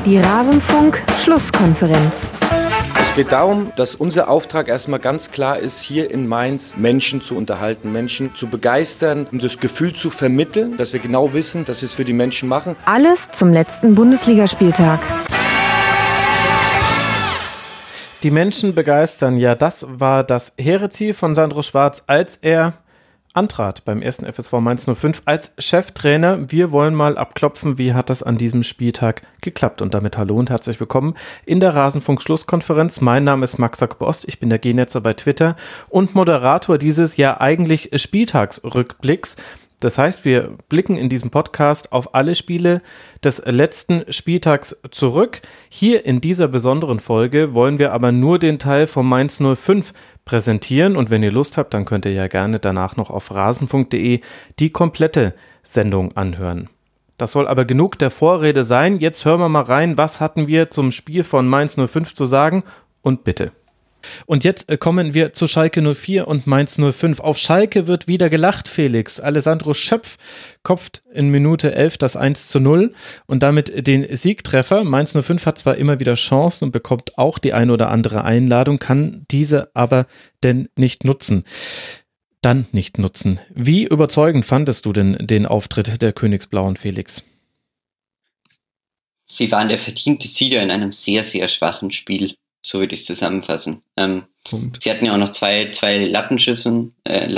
Die Rasenfunk-Schlusskonferenz. Es geht darum, dass unser Auftrag erstmal ganz klar ist, hier in Mainz Menschen zu unterhalten, Menschen zu begeistern, um das Gefühl zu vermitteln, dass wir genau wissen, dass wir es für die Menschen machen. Alles zum letzten Bundesligaspieltag. Die Menschen begeistern, ja, das war das hehre Ziel von Sandro Schwarz, als er antrat beim ersten FSV Mainz 05 als Cheftrainer. Wir wollen mal abklopfen, wie hat das an diesem Spieltag geklappt. Und damit hallo und herzlich willkommen in der Rasenfunk-Schlusskonferenz. Mein Name ist Max Sack-Bost, ich bin der G-Netzer bei Twitter und Moderator dieses ja eigentlich Spieltagsrückblicks. Das heißt, wir blicken in diesem Podcast auf alle Spiele des letzten Spieltags zurück. Hier in dieser besonderen Folge wollen wir aber nur den Teil von Mainz 05 präsentieren. Und wenn ihr Lust habt, dann könnt ihr ja gerne danach noch auf rasenfunk.de die komplette Sendung anhören. Das soll aber genug der Vorrede sein. Jetzt hören wir mal rein, was hatten wir zum Spiel von Mainz 05 zu sagen? Und bitte. Und jetzt kommen wir zu Schalke 04 und Mainz 05. Auf Schalke wird wieder gelacht, Felix. Alessandro Schöpf kopft in Minute 11 das 1:0 und damit den Siegtreffer. Mainz 05 hat zwar immer wieder Chancen und bekommt auch die ein oder andere Einladung, kann diese aber denn nicht nutzen. Dann nicht nutzen. Wie überzeugend fandest du denn den Auftritt der Königsblauen, Felix? Sie waren der verdiente Sieger in einem sehr, sehr schwachen Spiel. So würde ich es zusammenfassen. Sie hatten ja auch noch zwei Lattenschüsse,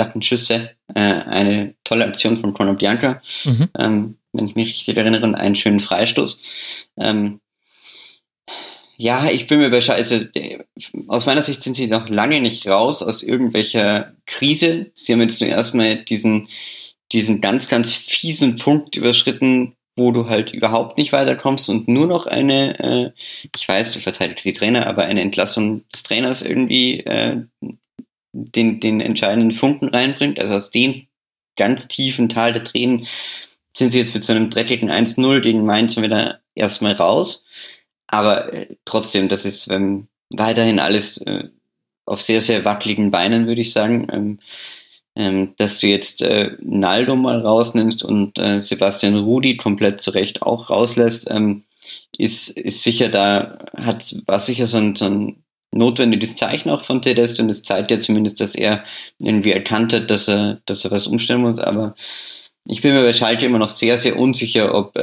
eine tolle Aktion von Conor Bianca, wenn ich mich richtig erinnere, und einen schönen Freistoß. Ja, ich bin mir also aus meiner Sicht sind sie noch lange nicht raus aus irgendwelcher Krise. Sie haben jetzt nur erstmal diesen ganz, ganz fiesen Punkt überschritten, wo du halt überhaupt nicht weiterkommst und nur noch ich weiß, du verteidigst die Trainer, aber eine Entlassung des Trainers irgendwie den entscheidenden Funken reinbringt. Also aus dem ganz tiefen Tal der Tränen sind sie jetzt mit so einem dreckigen 1:0 gegen Mainz wieder erstmal raus. Aber trotzdem, das ist weiterhin alles auf sehr, sehr wackeligen Beinen, würde ich sagen. Dass du jetzt Naldo mal rausnimmst und Sebastian Rudy komplett zurecht auch rauslässt, ist sicher war sicher so ein notwendiges Zeichen auch von Tedesco, und es zeigt ja zumindest, dass er irgendwie erkannt hat, dass er was umstellen muss. Aber ich bin mir bei Schalke immer noch sehr, sehr unsicher, ob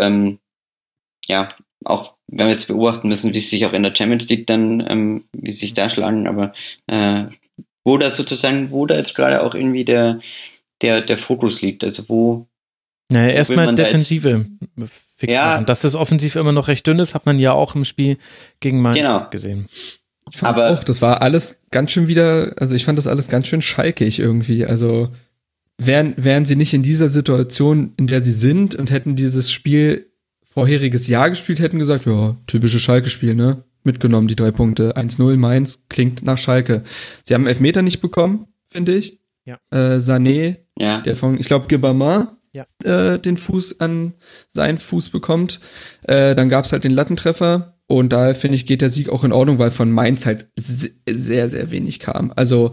auch wenn wir jetzt beobachten müssen, wie sie sich auch in der Champions League dann, wie sie sich da schlagen, aber wo da jetzt gerade auch irgendwie der Fokus liegt, also wo. Naja, erstmal Defensive fix machen. Dass das offensiv immer noch recht dünn ist, hat man ja auch im Spiel gegen Mainz gesehen. Ich fand auch, das war alles ganz schön ich fand das alles ganz schön schalkig irgendwie, also wären sie nicht in dieser Situation, in der sie sind, und hätten dieses Spiel vorheriges Jahr gespielt, hätten gesagt, ja, typisches Schalke-Spiel, ne? Mitgenommen, die 3 Punkte. 1:0 Mainz, klingt nach Schalke. Sie haben Elfmeter nicht bekommen, finde ich. Ja. Sané, der von, ich glaube, Guibamin, den Fuß an seinen Fuß bekommt. Dann gab's halt den Lattentreffer. Und daher, finde ich, geht der Sieg auch in Ordnung, weil von Mainz halt sehr, sehr wenig kam. Also,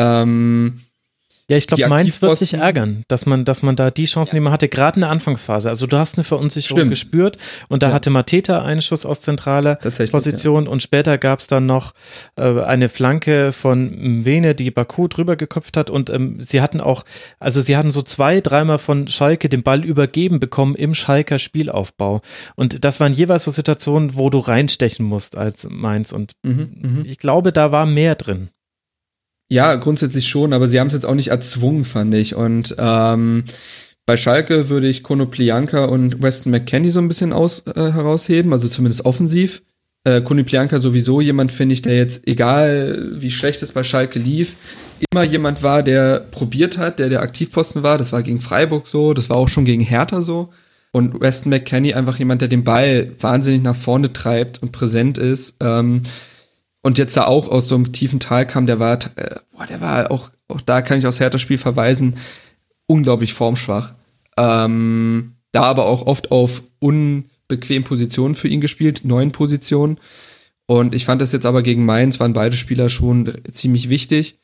ja, ich glaube, Mainz wird sich ärgern, dass man da die Chancen, die man hatte, gerade in der Anfangsphase. Also du hast eine Verunsicherung gespürt, und da hatte Mateta einen Schuss aus zentraler Position, und später gab es dann noch eine Flanke von Vene, die Baku drüber geköpft hat, und sie hatten so 2-3 von Schalke den Ball übergeben bekommen im Schalker Spielaufbau, und das waren jeweils so Situationen, wo du reinstechen musst als Mainz, und ich glaube, da war mehr drin. Ja, grundsätzlich schon, aber sie haben es jetzt auch nicht erzwungen, fand ich. Und bei Schalke würde ich Konoplyanka und Weston McKennie so ein bisschen herausheben, also zumindest offensiv. Konoplyanka sowieso jemand, finde ich, der jetzt, egal wie schlecht es bei Schalke lief, immer jemand war, der probiert hat, der Aktivposten war. Das war gegen Freiburg so, das war auch schon gegen Hertha so. Und Weston McKennie einfach jemand, der den Ball wahnsinnig nach vorne treibt und präsent ist. Und jetzt da auch aus so einem tiefen Tal kam, der war auch da kann ich aufs Hertha-Spiel verweisen, unglaublich formschwach. Da aber auch oft auf unbequemen Positionen für ihn gespielt, 9 Positionen. Und ich fand das jetzt aber gegen Mainz, waren beide Spieler schon ziemlich wichtig.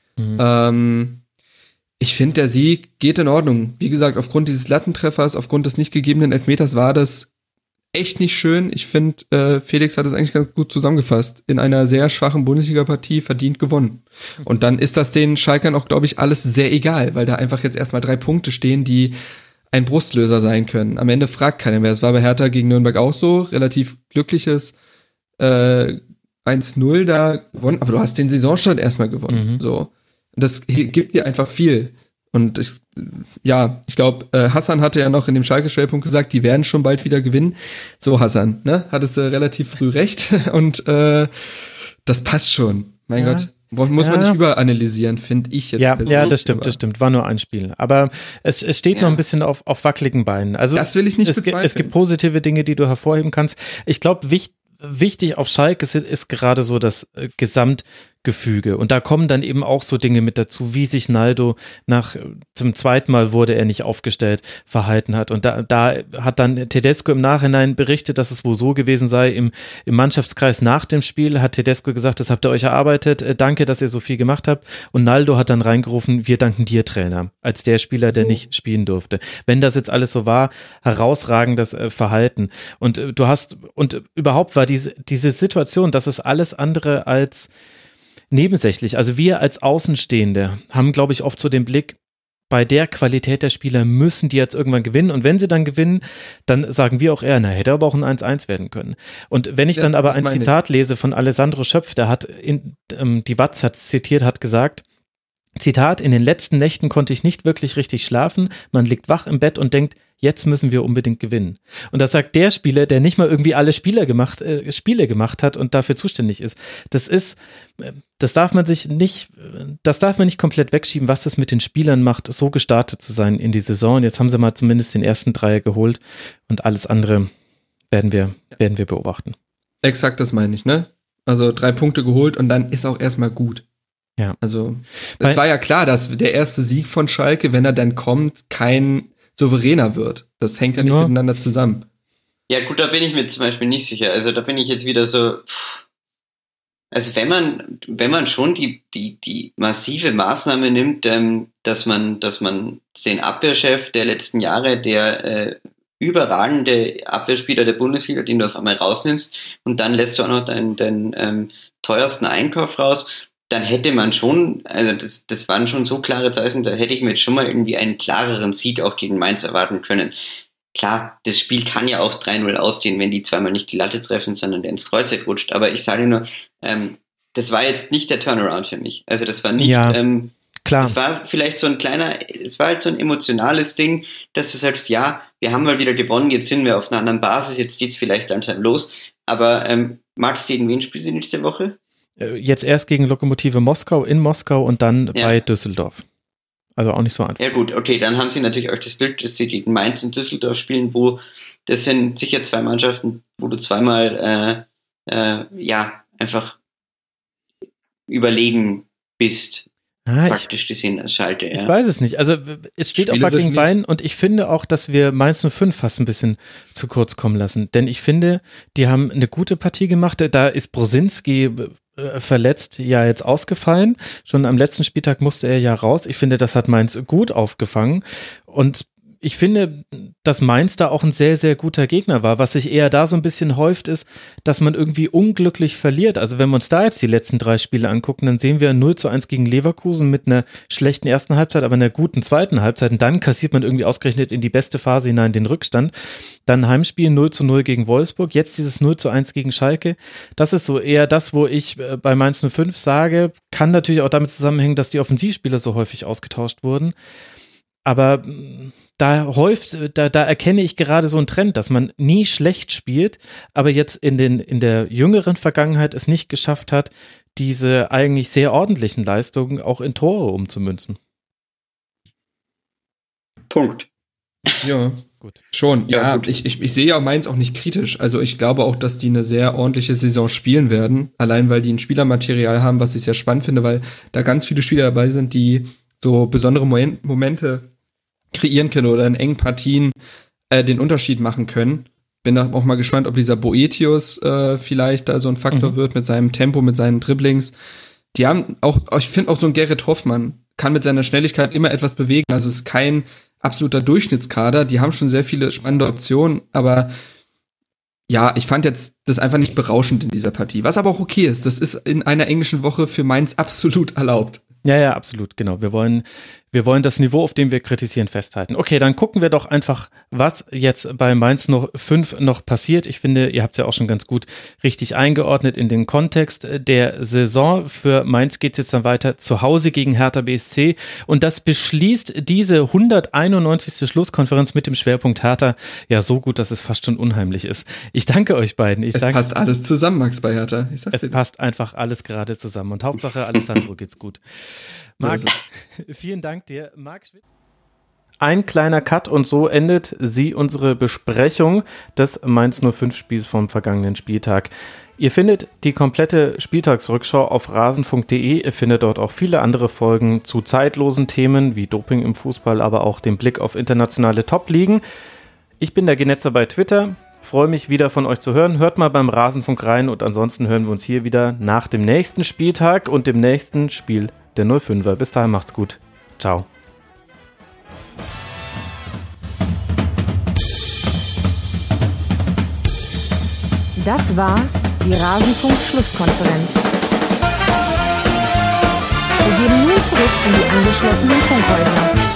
Ich finde, der Sieg geht in Ordnung. Wie gesagt, aufgrund dieses Lattentreffers, aufgrund des nicht gegebenen Elfmeters war das echt nicht schön. Ich finde, Felix hat es eigentlich ganz gut zusammengefasst. In einer sehr schwachen Bundesliga-Partie verdient gewonnen. Und dann ist das den Schalkern auch, glaube ich, alles sehr egal, weil da einfach jetzt erstmal 3 Punkte stehen, die ein Brustlöser sein können. Am Ende fragt keiner mehr. Es war bei Hertha gegen Nürnberg auch so. Relativ glückliches 1-0 da gewonnen. Aber du hast den Saisonstart erstmal gewonnen. So. Das gibt dir einfach viel. Und ich glaube, Hassan hatte ja noch in dem Schalke-Schwerpunkt gesagt, die werden schon bald wieder gewinnen. So, Hassan, ne? Hattest du relativ früh recht. Und das passt schon. Mein Gott. Muss man nicht überanalysieren, finde ich jetzt. Ja, das stimmt. War nur ein Spiel. Aber es steht noch ein bisschen auf wackeligen Beinen. Also das will ich nicht bezweifeln. Es gibt positive Dinge, die du hervorheben kannst. Ich glaube, wichtig auf Schalke ist gerade so das Gesamtgefüge. Und da kommen dann eben auch so Dinge mit dazu, wie sich Naldo zum zweiten Mal wurde er nicht aufgestellt, verhalten hat. Und da hat dann Tedesco im Nachhinein berichtet, dass es wohl so gewesen sei. Im Mannschaftskreis nach dem Spiel hat Tedesco gesagt, das habt ihr euch erarbeitet. Danke, dass ihr so viel gemacht habt. Und Naldo hat dann reingerufen, wir danken dir, Trainer, als der Spieler, der nicht spielen durfte. Wenn das jetzt alles so war, herausragendes Verhalten. Und überhaupt war diese Situation, das ist alles andere als nebensächlich. Also wir als Außenstehende haben, glaube ich, oft so den Blick, bei der Qualität der Spieler müssen die jetzt irgendwann gewinnen. Und wenn sie dann gewinnen, dann sagen wir auch eher, hätte aber auch ein 1-1 werden können. Und wenn ich dann aber ein Zitat lese von Alessandro Schöpf, der hat die Watz hat zitiert, hat gesagt, Zitat, in den letzten Nächten konnte ich nicht wirklich richtig schlafen. Man liegt wach im Bett und denkt, jetzt müssen wir unbedingt gewinnen. Und das sagt der Spieler, der nicht mal irgendwie alle Spiele gemacht hat und dafür zuständig ist. Das darf man nicht komplett wegschieben, was das mit den Spielern macht, so gestartet zu sein in die Saison. Und jetzt haben sie mal zumindest den ersten Dreier geholt und alles andere werden wir beobachten. Exakt, das meine ich, ne? Also 3 Punkte geholt und dann ist auch erstmal gut. Ja. Also, es war ja klar, dass der erste Sieg von Schalke, wenn er dann kommt, kein souveräner wird. Das hängt ja nicht miteinander zusammen. Ja, gut, da bin ich mir zum Beispiel nicht sicher. Also, da bin ich jetzt wieder so. Also, wenn man schon die massive Maßnahme nimmt, dass man den Abwehrchef der letzten Jahre, der überragende Abwehrspieler der Bundesliga, den du auf einmal rausnimmst und dann lässt du auch noch deinen teuersten Einkauf raus, dann hätte man schon, also das waren schon so klare Zeichen, da hätte ich mir jetzt schon mal irgendwie einen klareren Sieg auch gegen Mainz erwarten können. Klar, das Spiel kann ja auch 3-0 ausgehen, wenn die zweimal nicht die Latte treffen, sondern der ins Kreuzeck rutscht. Aber ich sage nur, das war jetzt nicht der Turnaround für mich. Also das war nicht, klar. Das war vielleicht so es war halt so ein emotionales Ding, dass du sagst, ja, wir haben mal wieder gewonnen, jetzt sind wir auf einer anderen Basis, jetzt geht's vielleicht langsam los. Aber Max, gegen wen spielst du nächste Woche? Jetzt erst gegen Lokomotive Moskau in Moskau und dann bei Düsseldorf. Also auch nicht so einfach. Ja gut, okay, dann haben sie natürlich auch das Glück, dass sie gegen Mainz und Düsseldorf spielen, das sind sicher 2 Mannschaften, wo du zweimal einfach überlegen bist. Praktisch gesehen als Schalke. Ich weiß es nicht. Also es steht auf wackeligen Beinen und ich finde auch, dass wir Mainz 05 fast ein bisschen zu kurz kommen lassen. Denn ich finde, die haben eine gute Partie gemacht. Da ist Brosinski verletzt ja jetzt ausgefallen. Schon am letzten Spieltag musste er ja raus. Ich finde, das hat Mainz gut aufgefangen. Und ich finde, dass Mainz da auch ein sehr, sehr guter Gegner war. Was sich eher da so ein bisschen häuft, ist, dass man irgendwie unglücklich verliert. Also wenn wir uns da jetzt die letzten 3 Spiele angucken, dann sehen wir 0-1 gegen Leverkusen mit einer schlechten ersten Halbzeit, aber einer guten zweiten Halbzeit. Und dann kassiert man irgendwie ausgerechnet in die beste Phase hinein den Rückstand. Dann Heimspiel 0-0 gegen Wolfsburg. Jetzt dieses 0-1 gegen Schalke. Das ist so eher das, wo ich bei Mainz 05 sage, kann natürlich auch damit zusammenhängen, dass die Offensivspieler so häufig ausgetauscht wurden. Aber da erkenne ich gerade so einen Trend, dass man nie schlecht spielt, aber jetzt in der jüngeren Vergangenheit es nicht geschafft hat, diese eigentlich sehr ordentlichen Leistungen auch in Tore umzumünzen. Punkt. Ja, gut. Schon. Ja, gut. Ich sehe ja Mainz auch nicht kritisch. Also ich glaube auch, dass die eine sehr ordentliche Saison spielen werden, allein weil die ein Spielermaterial haben, was ich sehr spannend finde, weil da ganz viele Spieler dabei sind, die so besondere Momente kreieren können oder in engen Partien den Unterschied machen können. Bin da auch mal gespannt, ob dieser Boetius vielleicht da so ein Faktor wird mit seinem Tempo, mit seinen Dribblings. Die haben auch, ich finde auch so ein Gerrit Hoffmann kann mit seiner Schnelligkeit immer etwas bewegen. Also es ist kein absoluter Durchschnittskader. Die haben schon sehr viele spannende Optionen, aber ja, ich fand jetzt das einfach nicht berauschend in dieser Partie. Was aber auch okay ist. Das ist in einer englischen Woche für Mainz absolut erlaubt. Ja, absolut, genau. Wir wollen das Niveau, auf dem wir kritisieren, festhalten. Okay, dann gucken wir doch einfach, was jetzt bei Mainz 05 noch passiert. Ich finde, ihr habt es ja auch schon ganz gut richtig eingeordnet in den Kontext der Saison. Für Mainz geht es jetzt dann weiter zu Hause gegen Hertha BSC und das beschließt diese 191. Schlusskonferenz mit dem Schwerpunkt Hertha ja so gut, dass es fast schon unheimlich ist. Ich danke euch beiden. Es passt alles zusammen, Max, bei Hertha. Es passt einfach alles gerade zusammen und Hauptsache Alessandro geht's gut. Marc, vielen Dank dir. Marc Schwitt. Ein kleiner Cut und so endet unsere Besprechung des Mainz 05-Spiels vom vergangenen Spieltag. Ihr findet die komplette Spieltagsrückschau auf rasenfunk.de. Ihr findet dort auch viele andere Folgen zu zeitlosen Themen wie Doping im Fußball, aber auch den Blick auf internationale Top-Ligen. Ich bin der Genetzer bei Twitter. Freue mich wieder von euch zu hören. Hört mal beim Rasenfunk rein und ansonsten hören wir uns hier wieder nach dem nächsten Spieltag und dem nächsten Spiel der 05er. Bis dahin macht's gut. Ciao. Das war die Rasenfunk-Schlusskonferenz. Wir gehen nun zurück in die angeschlossenen Funkhäuser.